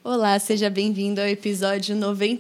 Olá, seja bem-vindo ao episódio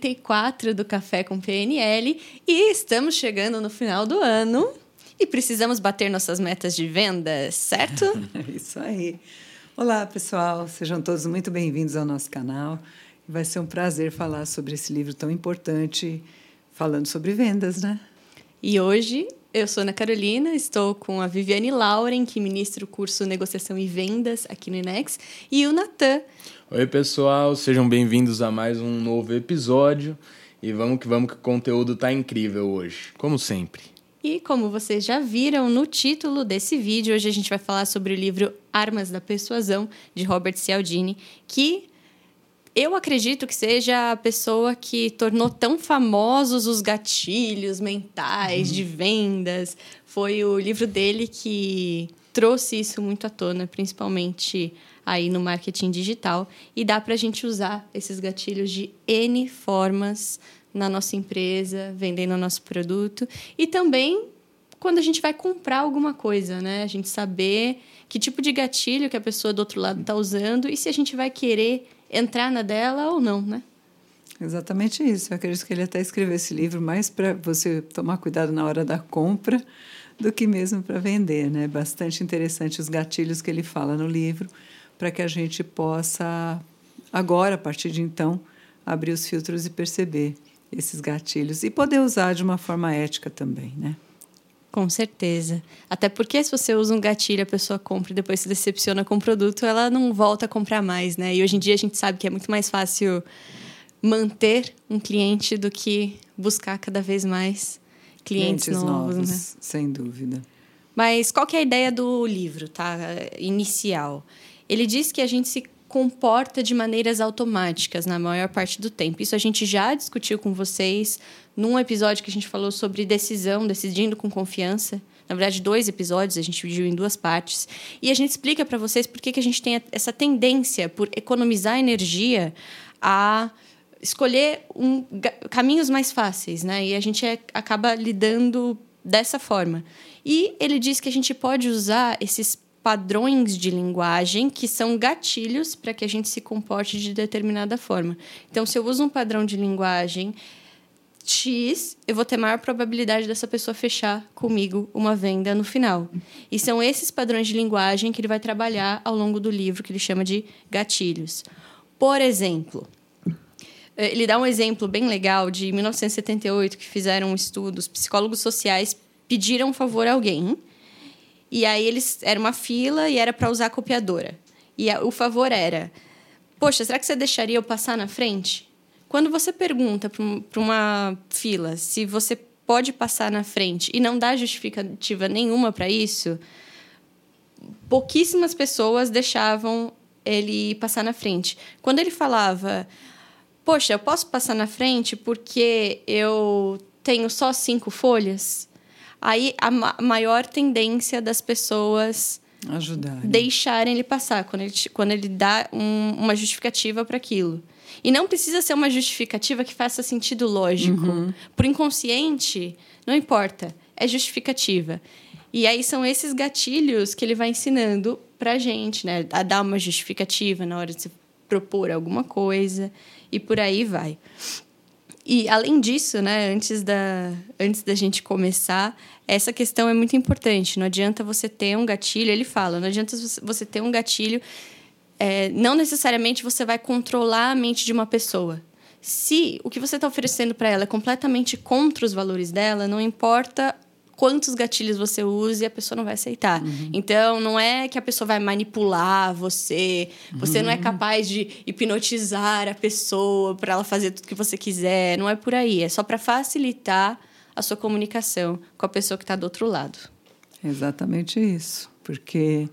94 do Café com PNL e estamos chegando no final do ano e precisamos bater nossas metas de vendas, certo? Isso aí. Olá, pessoal, sejam todos muito bem-vindos ao nosso canal. Vai ser um prazer falar sobre esse livro tão importante, falando sobre vendas, né? E hoje eu sou Ana Carolina, estou com a Viviane Lauren, que ministra o curso Negociação e Vendas aqui no INEX, e o Natan. Oi, pessoal, sejam bem-vindos a mais um novo episódio. E vamos que o conteúdo tá incrível hoje, como sempre. E como vocês já viram no título desse vídeo, hoje a gente vai falar sobre o livro Armas da Persuasão, de Robert Cialdini, que eu acredito que seja a pessoa que tornou tão famosos os gatilhos mentais de vendas. Foi o livro dele que trouxe isso muito à tona, principalmente aí no marketing digital. E dá para a gente usar esses gatilhos de N formas na nossa empresa, vendendo o nosso produto. E também quando a gente vai comprar alguma coisa, né? A gente saber que tipo de gatilho que a pessoa do outro lado está usando e se a gente vai querer entrar na dela ou não, né? Exatamente isso. Eu acredito que ele até escreveu esse livro mais para você tomar cuidado na hora da compra do que mesmo para vender, né? Bastante interessante os gatilhos que ele fala no livro para que a gente possa, agora, a partir de então, abrir os filtros e perceber esses gatilhos e poder usar de uma forma ética também, né? Com certeza. Até porque se você usa um gatilho, a pessoa compra e depois se decepciona com o produto, ela não volta a comprar mais, né? E hoje em dia a gente sabe que é muito mais fácil manter um cliente do que buscar cada vez mais clientes novos, né? Sem dúvida. Mas qual que é a ideia do livro, tá? Inicial. Ele diz que a gente se comporta de maneiras automáticas na maior parte do tempo. Isso a gente já discutiu com vocês num episódio que a gente falou sobre decisão, decidindo com confiança. Na verdade, 2 episódios, a gente dividiu em 2 partes. E a gente explica para vocês por que a gente tem essa tendência por economizar energia a escolher caminhos mais fáceis, né? E a gente acaba lidando dessa forma. E ele diz que a gente pode usar esses padrões de linguagem que são gatilhos para que a gente se comporte de determinada forma. Então, se eu uso um padrão de linguagem X, eu vou ter maior probabilidade dessa pessoa fechar comigo uma venda no final. E são esses padrões de linguagem que ele vai trabalhar ao longo do livro, que ele chama de gatilhos. Por exemplo, ele dá um exemplo bem legal de 1978, que fizeram um estudo, os psicólogos sociais pediram um favor a alguém. E aí era uma fila e era para usar a copiadora. E o favor era: poxa, será que você deixaria eu passar na frente? Quando você pergunta para uma fila se você pode passar na frente e não dá justificativa nenhuma para isso, pouquíssimas pessoas deixavam ele passar na frente. Quando ele falava: poxa, eu posso passar na frente porque eu tenho só 5 folhas... Aí a maior tendência das pessoas deixarem ele passar, quando ele dá uma justificativa para aquilo. E não precisa ser uma justificativa que faça sentido lógico. Uhum. Por inconsciente, não importa, é justificativa. E aí são esses gatilhos que ele vai ensinando para a gente, né? A dar uma justificativa na hora de se propor alguma coisa e por aí vai. E, além disso, né, antes da gente começar, essa questão é muito importante. Não adianta você ter um gatilho, ele fala, não adianta você ter um gatilho, não necessariamente você vai controlar a mente de uma pessoa. Se o que você está oferecendo para ela é completamente contra os valores dela, não importa quantos gatilhos você use, a pessoa não vai aceitar. Uhum. Então, não é que a pessoa vai manipular você, você não é capaz de hipnotizar a pessoa para ela fazer tudo que você quiser, não é por aí. É só para facilitar a sua comunicação com a pessoa que está do outro lado. Exatamente isso, porque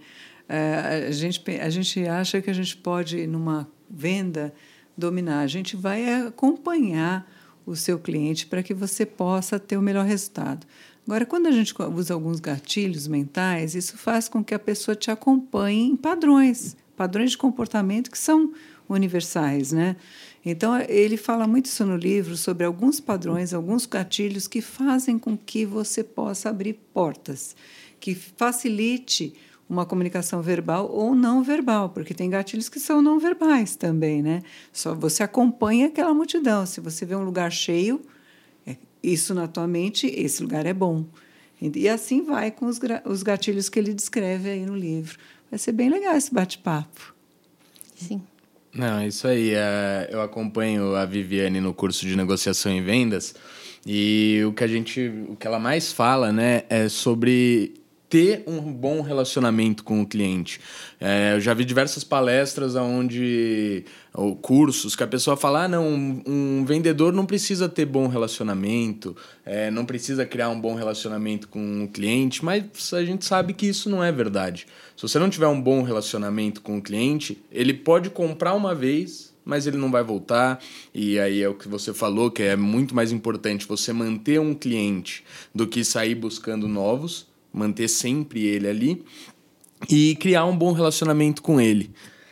a gente acha que a gente pode, numa venda, dominar. A gente vai acompanhar o seu cliente para que você possa ter o melhor resultado. Agora, quando a gente usa alguns gatilhos mentais, isso faz com que a pessoa te acompanhe em padrões de comportamento que são universais, né? Então, ele fala muito isso no livro, sobre alguns padrões, alguns gatilhos que fazem com que você possa abrir portas, que facilite uma comunicação verbal ou não verbal, porque tem gatilhos que são não verbais também, né? Só você acompanha aquela multidão. Se você vê um lugar cheio, isso na tua mente, esse lugar é bom. E assim vai com os gatilhos que ele descreve aí no livro. Vai ser bem legal esse bate-papo. Sim. Não, isso aí. Eu acompanho a Viviane no curso de negociação e vendas e o que ela mais fala, né, é sobre ter um bom relacionamento com o cliente. Eu já vi diversas palestras ou cursos que a pessoa fala, não, um vendedor não precisa ter bom relacionamento, não precisa criar um bom relacionamento com o cliente, mas a gente sabe que isso não é verdade. Se você não tiver um bom relacionamento com o cliente, ele pode comprar uma vez, mas ele não vai voltar, e aí é o que você falou, que é muito mais importante você manter um cliente do que sair buscando novos, manter sempre ele ali e criar um bom relacionamento com ele.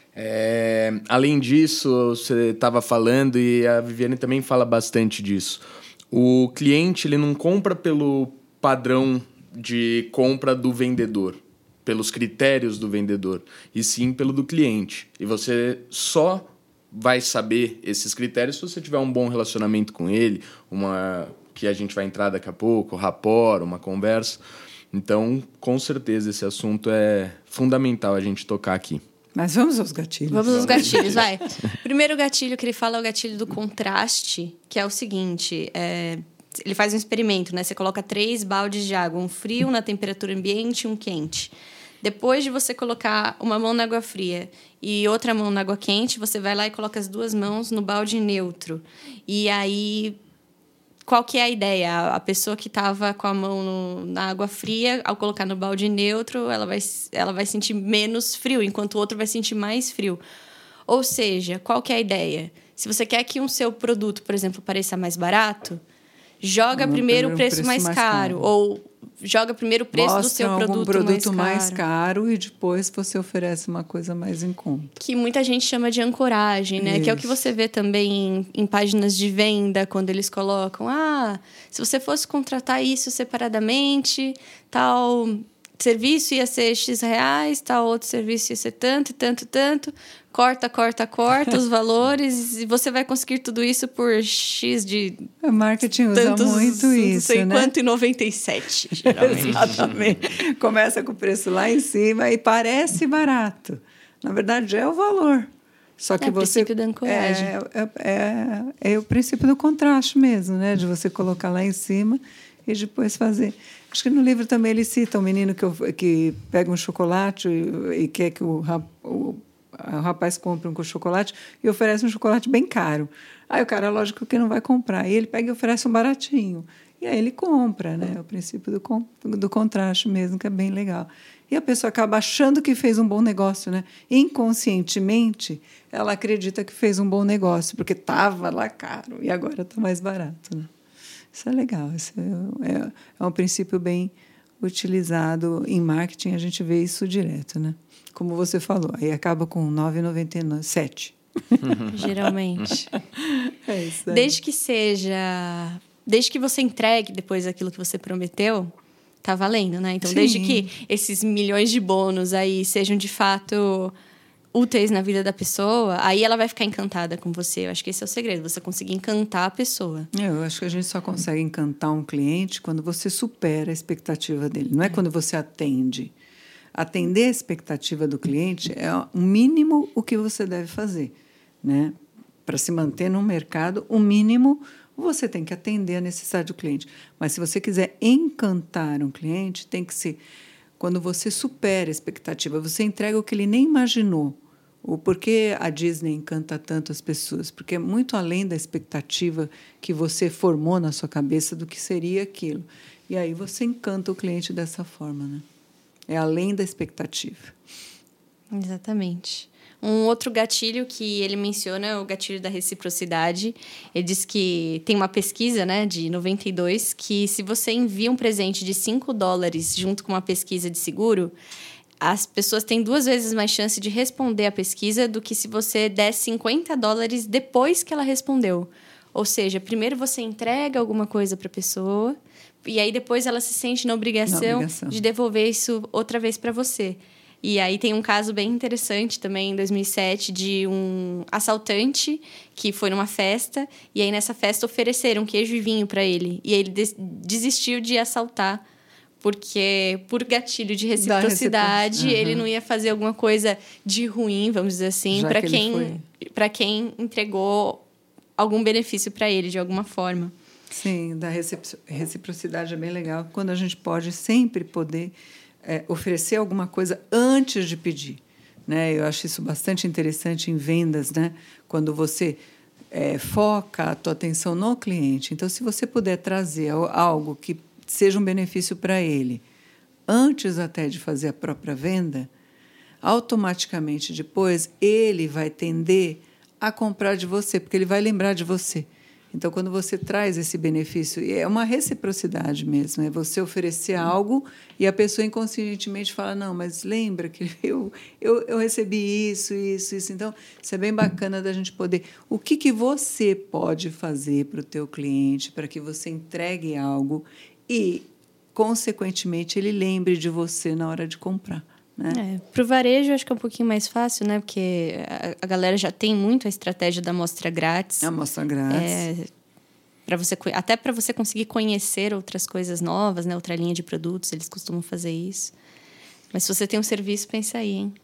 Além disso, você estava falando, e a Viviane também fala bastante disso, o cliente ele não compra pelo padrão de compra do vendedor, pelos critérios do vendedor, e sim pelo do cliente. E você só vai saber esses critérios se você tiver um bom relacionamento com ele, que a gente vai entrar daqui a pouco, rapport, uma conversa. Então, com certeza, esse assunto é fundamental a gente tocar aqui. Mas vamos aos gatilhos. Vamos aos gatilhos, vai. O primeiro gatilho que ele fala é o gatilho do contraste, que é o seguinte, ele faz um experimento, né? Você coloca 3 baldes de água, um frio na temperatura ambiente e um quente. Depois de você colocar uma mão na água fria e outra mão na água quente, você vai lá e coloca as 2 mãos no balde neutro. E aí, qual que é a ideia? A pessoa que estava com a mão na água fria, ao colocar no balde neutro, ela vai sentir menos frio, enquanto o outro vai sentir mais frio. Ou seja, qual que é a ideia? Se você quer que o seu produto, por exemplo, pareça mais barato, joga primeiro o preço mais caro. Ou joga primeiro o preço do seu produto mais caro e depois você oferece uma coisa mais em conta. Que muita gente chama de ancoragem, né? Isso. Que é o que você vê também em páginas de venda, quando eles colocam, se você fosse contratar isso separadamente, tal serviço ia ser X reais, tal outro serviço ia ser tanto e tanto, tanto. Corta os valores e você vai conseguir tudo isso por X de... O marketing usa muito isso, não sei quanto, e 97, geralmente. Exatamente. Começa com o preço lá em cima e parece barato. Na verdade, é o valor. Só que o princípio da ancoragem. É o princípio do contraste mesmo, né? De você colocar lá em cima e depois fazer... Acho que no livro também ele cita um menino que pega um chocolate e quer que o rapaz compra um chocolate e oferece um chocolate bem caro. Aí o cara, lógico que não vai comprar. E ele pega e oferece um baratinho. E aí ele compra, né? É o princípio do contraste mesmo, que é bem legal. E a pessoa acaba achando que fez um bom negócio, né? Inconscientemente, ela acredita que fez um bom negócio, porque estava lá caro e agora está mais barato, né? Isso é legal. Isso é um princípio bem utilizado em marketing. A gente vê isso direto, né? Como você falou, aí acaba com R$ 9,97. Geralmente. É isso aí. Desde que você entregue depois aquilo que você prometeu, tá valendo, né? Então, Sim. Desde que esses milhões de bônus aí sejam de fato úteis na vida da pessoa, aí ela vai ficar encantada com você. Eu acho que esse é o segredo, você conseguir encantar a pessoa. Eu acho que a gente só consegue encantar um cliente quando você supera a expectativa dele. Não é quando você atende. Atender a expectativa do cliente é o mínimo o que você deve fazer, né? Para se manter no mercado, o mínimo você tem que atender a necessidade do cliente. Mas se você quiser encantar um cliente, tem que ser quando você supera a expectativa, você entrega o que ele nem imaginou. O porquê a Disney encanta tanto as pessoas? Porque é muito além da expectativa que você formou na sua cabeça do que seria aquilo. E aí você encanta o cliente dessa forma, né? É além da expectativa. Exatamente. Um outro gatilho que ele menciona é o gatilho da reciprocidade. Ele diz que tem uma pesquisa, né, de 92, que se você envia um presente de $5 junto com uma pesquisa de seguro, as pessoas têm 2 vezes mais chance de responder a pesquisa do que se você der $50 depois que ela respondeu. Ou seja, primeiro você entrega alguma coisa para a pessoa e aí depois ela se sente na obrigação de devolver isso outra vez para você. E aí tem um caso bem interessante também, em 2007, de um assaltante que foi numa festa. E aí, nessa festa, ofereceram queijo e vinho para ele. E ele desistiu de assaltar, porque por gatilho de reciprocidade, ele não ia fazer alguma coisa de ruim, vamos dizer assim, para quem entregou algum benefício para ele, de alguma forma. Sim, da reciprocidade é bem legal, quando a gente pode sempre poder oferecer alguma coisa antes de pedir, né? Eu acho isso bastante interessante em vendas, né? Quando você foca a tua atenção no cliente. Então, se você puder trazer algo que seja um benefício para ele, antes até de fazer a própria venda, automaticamente depois ele vai tender a comprar de você, porque ele vai lembrar de você. Então, quando você traz esse benefício, é uma reciprocidade mesmo, é você oferecer algo e a pessoa inconscientemente fala, não, mas lembra que eu recebi isso. Então, isso é bem bacana da gente poder... O que você pode fazer para o teu cliente para que você entregue algo e, consequentemente, ele lembre de você na hora de comprar? Né? Para o varejo, acho que é um pouquinho mais fácil, né? Porque a galera já tem muito a estratégia da amostra grátis. A amostra grátis. Até para você conseguir conhecer outras coisas novas, né? Outra linha de produtos, eles costumam fazer isso. Mas se você tem um serviço, pensa aí, hein?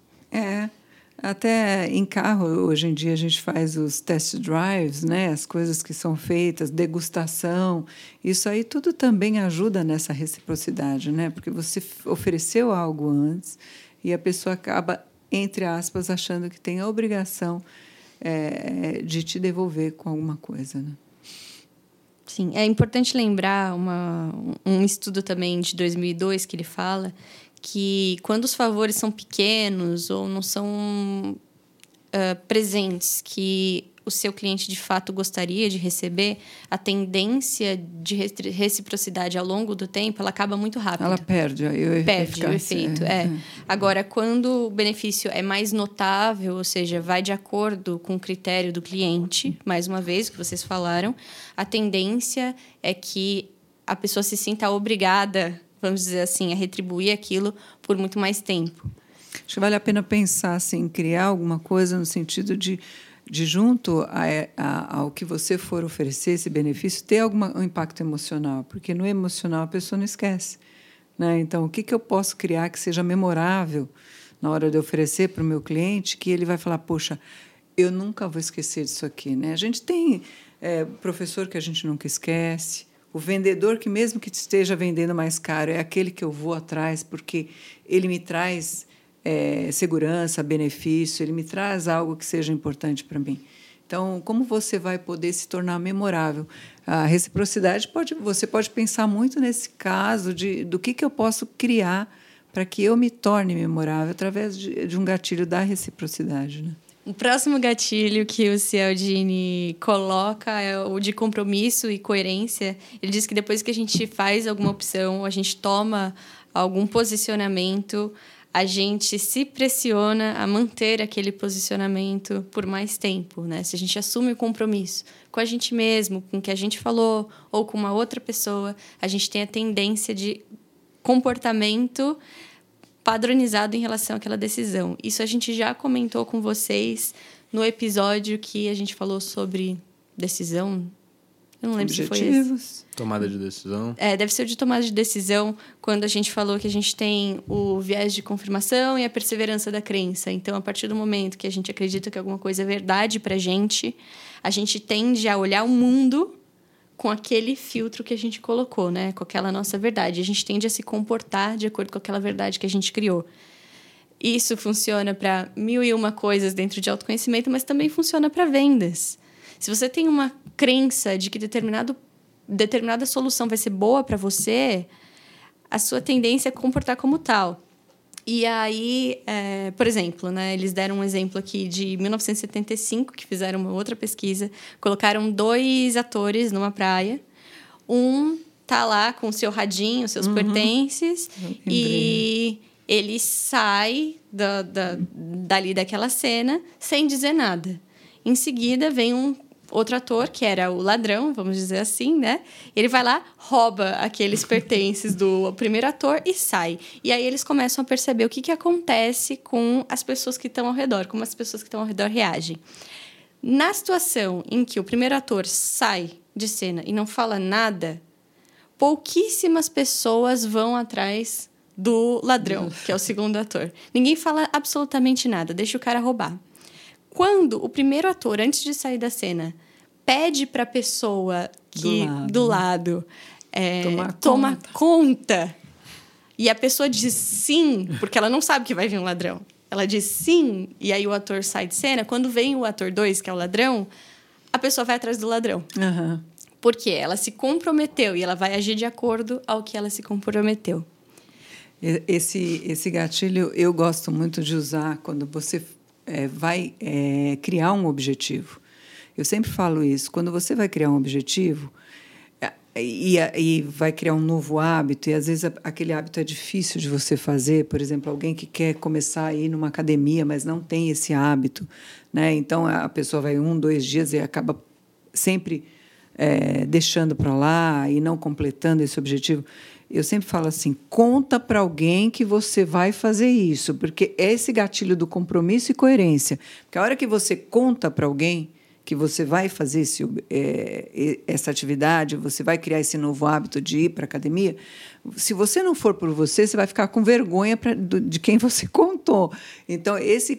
Até em carro, hoje em dia, a gente faz os test drives, né? As coisas que são feitas, degustação. Isso aí tudo também ajuda nessa reciprocidade, né? Porque você ofereceu algo antes e a pessoa acaba, entre aspas, achando que tem a obrigação de te devolver com alguma coisa, né? Sim, é importante lembrar um estudo também de 2002 que ele fala que quando os favores são pequenos ou não são presentes que o seu cliente de fato gostaria de receber, a tendência de reciprocidade ao longo do tempo, ela acaba muito rápido. Ela perde o efeito. Agora, quando o benefício é mais notável, ou seja, vai de acordo com o critério do cliente, mais uma vez, o que vocês falaram, a tendência é que a pessoa se sinta obrigada, vamos dizer assim, a retribuir aquilo por muito mais tempo. Acho que vale a pena pensar assim, criar alguma coisa no sentido de junto ao que você for oferecer, esse benefício, ter um impacto emocional, porque no emocional a pessoa não esquece. Né? Então, o que eu posso criar que seja memorável na hora de oferecer para o meu cliente, que ele vai falar, poxa, eu nunca vou esquecer disso aqui. Né? A gente tem professor que a gente nunca esquece, o vendedor que mesmo que esteja vendendo mais caro é aquele que eu vou atrás porque ele me traz segurança, benefício, ele me traz algo que seja importante para mim. Então, como você vai poder se tornar memorável? A reciprocidade, você pode pensar muito nesse caso do que eu posso criar para que eu me torne memorável através de um gatilho da reciprocidade. Né? O próximo gatilho que o Cialdini coloca é o de compromisso e coerência. Ele diz que depois que a gente faz alguma opção, a gente toma algum posicionamento, a gente se pressiona a manter aquele posicionamento por mais tempo, né? Se a gente assume o compromisso com a gente mesmo, com o que a gente falou, ou com uma outra pessoa, a gente tem a tendência de comportamento padronizado em relação àquela decisão. Isso a gente já comentou com vocês no episódio que a gente falou sobre decisão. Eu não lembro se foi esse. Tomada de decisão. Deve ser o de tomada de decisão, quando a gente falou que a gente tem o viés de confirmação e a perseverança da crença. Então, a partir do momento que a gente acredita que alguma coisa é verdade pra gente, a gente tende a olhar o mundo com aquele filtro que a gente colocou, né? Com aquela nossa verdade. A gente tende a se comportar de acordo com aquela verdade que a gente criou. Isso funciona para 1001 coisas dentro de autoconhecimento, mas também funciona para vendas. Se você tem uma crença de que determinada solução vai ser boa para você, a sua tendência é comportar como tal. E aí, por exemplo, né, eles deram um exemplo aqui de 1975, que fizeram uma outra pesquisa, colocaram 2 atores numa praia, um tá lá com o seu radinho, seus pertences, e ele sai dali daquela cena sem dizer nada. Em seguida, vem outro ator, que era o ladrão, vamos dizer assim, né? Ele vai lá, rouba aqueles pertences do primeiro ator e sai. E aí eles começam a perceber o que acontece com as pessoas que estão ao redor, como as pessoas que estão ao redor reagem. Na situação em que o primeiro ator sai de cena e não fala nada, pouquíssimas pessoas vão atrás do ladrão, que é o segundo ator. Ninguém fala absolutamente nada, deixa o cara roubar. Quando o primeiro ator, antes de sair da cena, pede para a pessoa que do lado toma conta, e a pessoa diz sim, porque ela não sabe que vai vir um ladrão. Ela diz sim, e aí o ator sai de cena. Quando vem o ator 2, que é o ladrão, a pessoa vai atrás do ladrão. Uhum. Porque ela se comprometeu e ela vai agir de acordo ao que ela se comprometeu. Esse gatilho eu gosto muito de usar quando você vai criar um objetivo. Eu sempre falo isso. Quando você vai criar um objetivo e vai criar um novo hábito, e às vezes aquele hábito é difícil de você fazer, por exemplo, alguém que quer começar a ir numa academia, mas não tem esse hábito, né? Então a pessoa vai 1, 2 dias e acaba sempre deixando para lá e não completando esse objetivo. Eu sempre falo assim, conta para alguém que você vai fazer isso, porque é esse gatilho do compromisso e coerência. Porque a hora que você conta para alguém que você vai fazer essa atividade, você vai criar esse novo hábito de ir para a academia, se você não for por você, você vai ficar com vergonha de quem você contou. Então, esse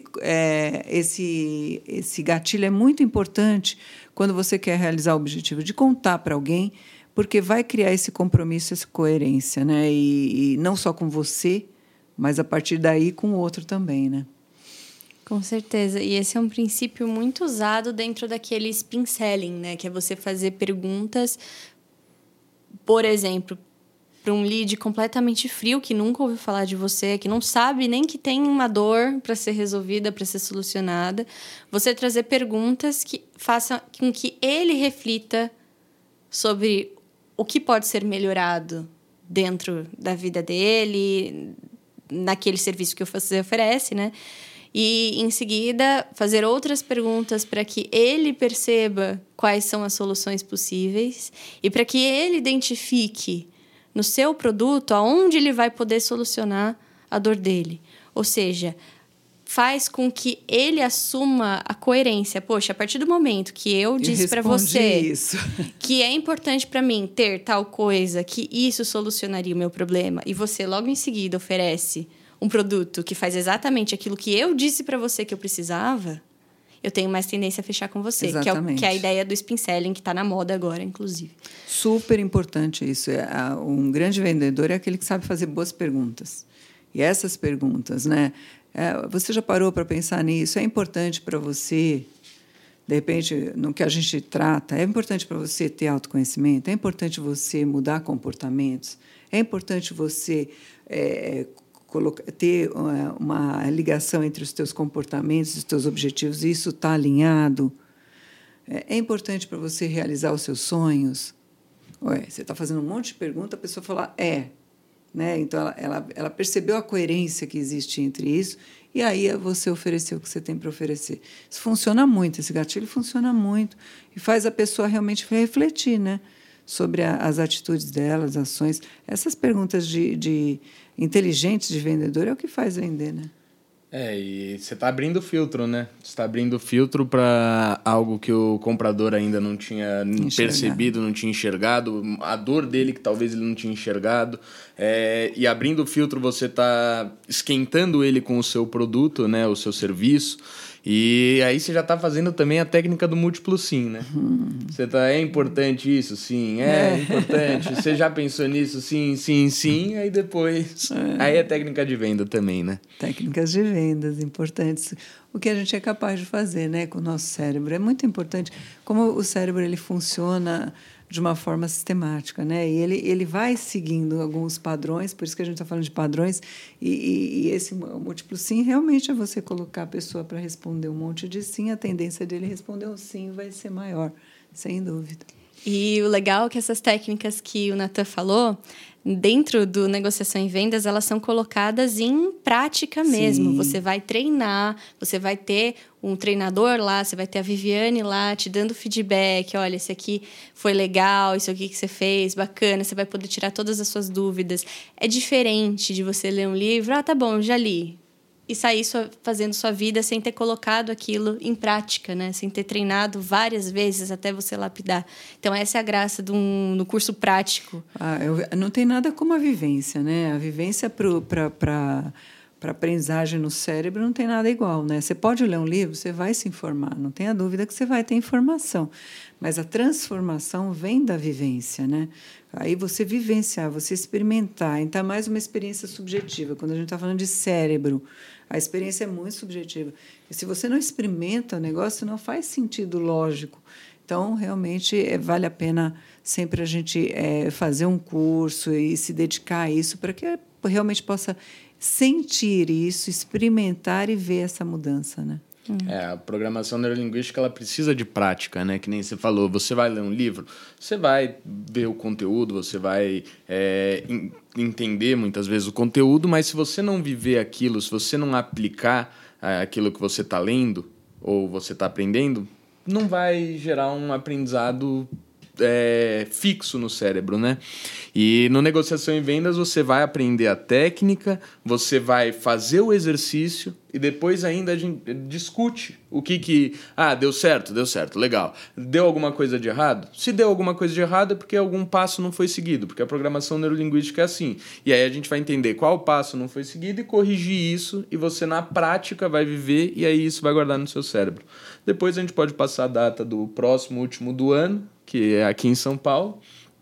gatilho é muito importante quando você quer realizar o objetivo de contar para alguém, porque vai criar esse compromisso, essa coerência, né? E não só com você, mas a partir daí com o outro também, né? Com certeza. E esse é um princípio muito usado dentro daquele spin selling, né? Que é você fazer perguntas, por exemplo, para um lead completamente frio, que nunca ouviu falar de você, que não sabe nem que tem uma dor para ser resolvida, para ser solucionada. Você trazer perguntas que façam com que ele reflita sobre o que pode ser melhorado dentro da vida dele, naquele serviço que você oferece, né? E, em seguida, fazer outras perguntas para que ele perceba quais são as soluções possíveis e para que ele identifique no seu produto aonde ele vai poder solucionar a dor dele. Ou seja, faz com que ele assuma a coerência. Poxa, a partir do momento que eu disse para você que é importante para mim ter tal coisa, que isso solucionaria o meu problema, e você logo em seguida oferece um produto que faz exatamente aquilo que eu disse para você que eu precisava, eu tenho mais tendência a fechar com você. Que é a ideia do spin selling, que está na moda agora, inclusive. Super importante isso. Um grande vendedor é aquele que sabe fazer boas perguntas. E essas perguntas, né? Você já parou para pensar nisso? É importante para você, de repente, no que a gente trata, é importante para você ter autoconhecimento, é importante você mudar comportamentos, é importante você ter uma ligação entre os teus comportamentos e os teus objetivos, e isso está alinhado. É importante para você realizar os seus sonhos. Você está fazendo um monte de pergunta, a pessoa fala, né? Então, ela percebeu a coerência que existe entre isso, e aí você ofereceu o que você tem para oferecer. Isso funciona muito, esse gatilho funciona muito, e faz a pessoa realmente refletir, né? Sobre as atitudes dela, as ações. Essas perguntas inteligentes de vendedor é o que faz vender, né? E você está abrindo o filtro, né? Você está abrindo o filtro para algo que o comprador ainda não tinha percebido, não tinha enxergado, a dor dele que talvez ele não tinha enxergado. E abrindo o filtro, você está esquentando ele com o seu produto, né? O seu serviço. E aí você já está fazendo também a técnica do múltiplo sim, né? Você é importante isso? Sim. É importante. Você já pensou nisso? Sim, sim, sim. Aí depois... Aí é técnica de venda também, né? Técnicas de vendas importantes. O que a gente é capaz de fazer, né, com o nosso cérebro. É muito importante como o cérebro ele funciona de uma forma sistemática, né? E ele vai seguindo alguns padrões, por isso que a gente está falando de padrões, e esse múltiplo sim realmente é você colocar a pessoa para responder um monte de sim, a tendência dele responder um sim vai ser maior, sem dúvida. E o legal é que essas técnicas que o Nathan falou, dentro do negociação e vendas, elas são colocadas em prática mesmo. Sim. Você vai treinar, você vai ter um treinador lá, você vai ter a Viviane lá te dando feedback. Olha, esse aqui foi legal, isso aqui que você fez, bacana. Você vai poder tirar todas as suas dúvidas. É diferente de você ler um livro. Ah, tá bom, já li. E sair fazendo sua vida sem ter colocado aquilo em prática, né? Sem ter treinado várias vezes até você lapidar. Então, essa é a graça no curso prático. Não tem nada como a vivência, né? A vivência para aprendizagem no cérebro não tem nada igual, né? Você pode ler um livro, você vai se informar, não tenha dúvida que você vai ter informação. Mas a transformação vem da vivência, né? Aí você vivenciar, você experimentar. Então, é mais uma experiência subjetiva. Quando a gente está falando de cérebro, a experiência é muito subjetiva. E se você não experimenta o negócio, não faz sentido lógico. Então, realmente, vale a pena sempre a gente fazer um curso e se dedicar a isso para que realmente possa sentir isso, experimentar e ver essa mudança, né? A programação neurolinguística ela precisa de prática, né? Que nem você falou, você vai ler um livro, você vai ver o conteúdo, você vai entender muitas vezes o conteúdo, mas se você não viver aquilo, se você não aplicar aquilo que você está lendo ou você está aprendendo, não vai gerar um aprendizado fixo no cérebro, né? E no negociação e vendas você vai aprender a técnica, você vai fazer o exercício e depois ainda a gente discute o que deu certo, legal. Deu alguma coisa de errado? Se deu alguma coisa de errado é porque algum passo não foi seguido, porque a programação neurolinguística é assim. E aí a gente vai entender qual passo não foi seguido e corrigir isso, e você na prática vai viver e aí isso vai guardar no seu cérebro. Depois a gente pode passar a data do próximo último do ano, que é aqui em São Paulo.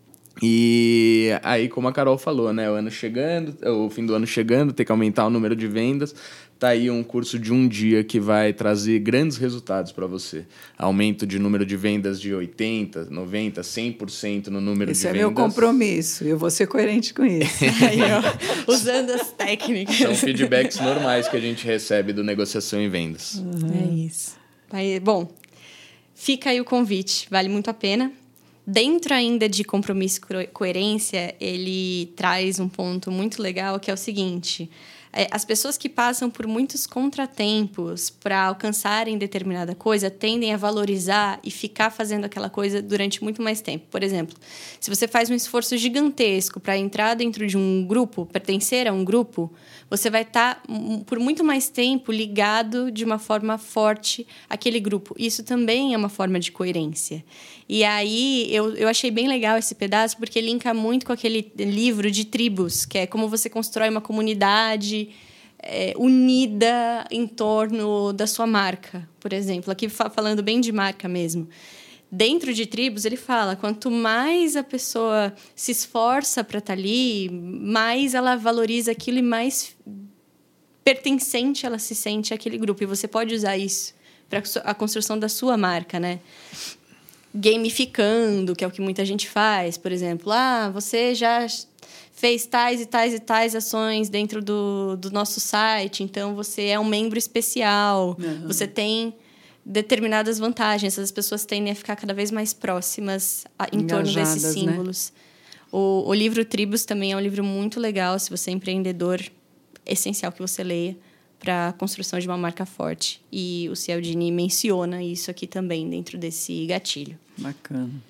E aí, como a Carol falou, né, o ano chegando, o fim do ano chegando, tem que aumentar o número de vendas. Tá aí um curso de um dia que vai trazer grandes resultados para você. Aumento de número de vendas de 80%, 90%, 100% no número de vendas. Esse é meu compromisso. Eu vou ser coerente com isso. Aí, ó, usando as técnicas. São feedbacks normais que a gente recebe do negociação e vendas. É isso. Aí, bom, fica aí o convite. Vale muito a pena. Dentro ainda de compromisso e coerência, ele traz um ponto muito legal, que é o seguinte: as pessoas que passam por muitos contratempos para alcançarem determinada coisa tendem a valorizar e ficar fazendo aquela coisa durante muito mais tempo. Por exemplo, se você faz um esforço gigantesco para entrar dentro de um grupo, pertencer a um grupo, você vai estar por muito mais tempo ligado de uma forma forte àquele grupo. Isso também é uma forma de coerência. E aí eu achei bem legal esse pedaço, porque linka muito com aquele livro de tribos, que é como você constrói uma comunidade unida em torno da sua marca, por exemplo. Aqui falando bem de marca mesmo. Dentro de tribos, ele fala, quanto mais a pessoa se esforça para estar ali, mais ela valoriza aquilo e mais pertencente ela se sente àquele grupo. E você pode usar isso para a construção da sua marca, né? Gamificando, que é o que muita gente faz. Por exemplo, você já fez tais e tais e tais ações dentro do nosso site, então você é um membro especial, você tem determinadas vantagens, as pessoas tendem a ficar cada vez mais próximas em torno desses símbolos. Né? O livro Tribos também é um livro muito legal, se você é empreendedor, é essencial que você leia para a construção de uma marca forte. E o Cialdini menciona isso aqui também dentro desse gatilho. Bacana.